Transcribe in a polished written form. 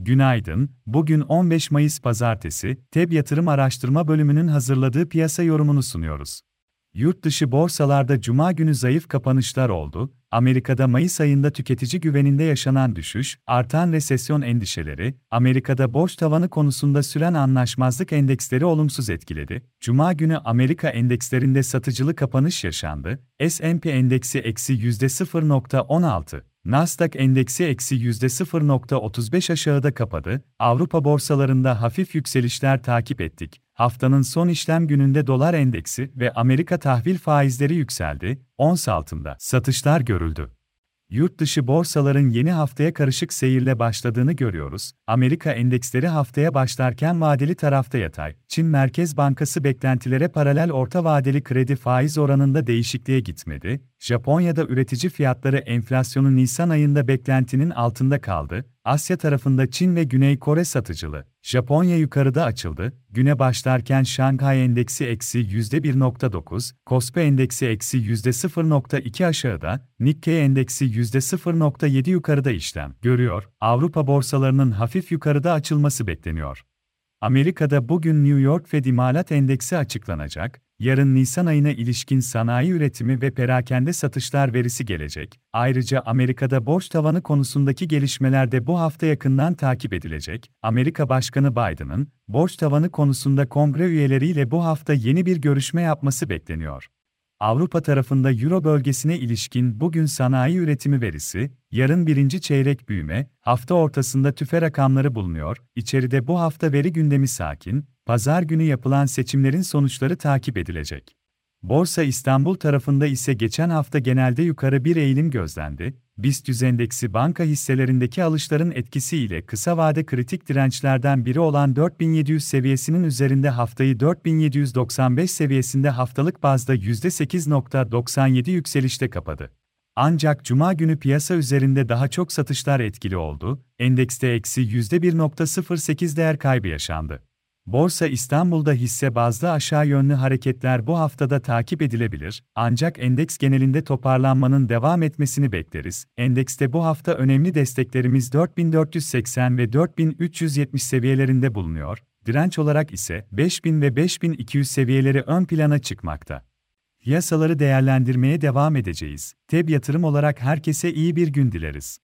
Günaydın, bugün 15 Mayıs Pazartesi, TEB Yatırım Araştırma Bölümünün hazırladığı piyasa yorumunu sunuyoruz. Yurt dışı borsalarda Cuma günü zayıf kapanışlar oldu. Amerika'da Mayıs ayında tüketici güveninde yaşanan düşüş, artan resesyon endişeleri, Amerika'da borç tavanı konusunda süren anlaşmazlık endeksleri olumsuz etkiledi. Cuma günü Amerika endekslerinde satıcılı kapanış yaşandı. S&P endeksi -0.16. Nasdaq endeksi -0.35 aşağıda kapadı. Avrupa borsalarında hafif yükselişler takip ettik. Haftanın son işlem gününde dolar endeksi ve Amerika tahvil faizleri yükseldi. Ons altında satışlar görüldü. Yurt dışı borsaların yeni haftaya karışık seyirle başladığını görüyoruz. Amerika endeksleri haftaya başlarken vadeli tarafta yatay. Çin Merkez Bankası beklentilere paralel orta vadeli kredi faiz oranında değişikliğe gitmedi. Japonya'da üretici fiyatları enflasyonu Nisan ayında beklentinin altında kaldı. Asya tarafında Çin ve Güney Kore satıcılı. Japonya yukarıda açıldı. Güne başlarken Şanghay endeksi -1.9, Kospi endeksi -0.2 aşağıda, Nikkei endeksi %0.7 yukarıda işlem görüyor. Avrupa borsalarının hafif yukarıda açılması bekleniyor. Amerika'da bugün New York Fed İmalat Endeksi açıklanacak, yarın Nisan ayına ilişkin sanayi üretimi ve perakende satışlar verisi gelecek. Ayrıca Amerika'da borç tavanı konusundaki gelişmeler de bu hafta yakından takip edilecek. Amerika Başkanı Biden'ın, borç tavanı konusunda kongre üyeleriyle bu hafta yeni bir görüşme yapması bekleniyor. Avrupa tarafında Euro bölgesine ilişkin bugün sanayi üretimi verisi, yarın birinci çeyrek büyüme, hafta ortasında tüfe rakamları bulunuyor. İçeride bu hafta veri gündemi sakin, pazar günü yapılan seçimlerin sonuçları takip edilecek. Borsa İstanbul tarafında ise geçen hafta genelde yukarı bir eğilim gözlendi. BIST 100 endeksi banka hisselerindeki alışların etkisiyle kısa vade kritik dirençlerden biri olan 4700 seviyesinin üzerinde haftayı 4795 seviyesinde haftalık bazda %8.97 yükselişte kapadı. Ancak Cuma günü piyasa üzerinde daha çok satışlar etkili oldu, endekste -1.08 değer kaybı yaşandı. Borsa İstanbul'da hisse bazlı aşağı yönlü hareketler bu haftada takip edilebilir, ancak endeks genelinde toparlanmanın devam etmesini bekleriz. Endekste bu hafta önemli desteklerimiz 4480 ve 4370 seviyelerinde bulunuyor, direnç olarak ise 5000 ve 5200 seviyeleri ön plana çıkmakta. Piyasaları değerlendirmeye devam edeceğiz. TEB Yatırım olarak herkese iyi bir gün dileriz.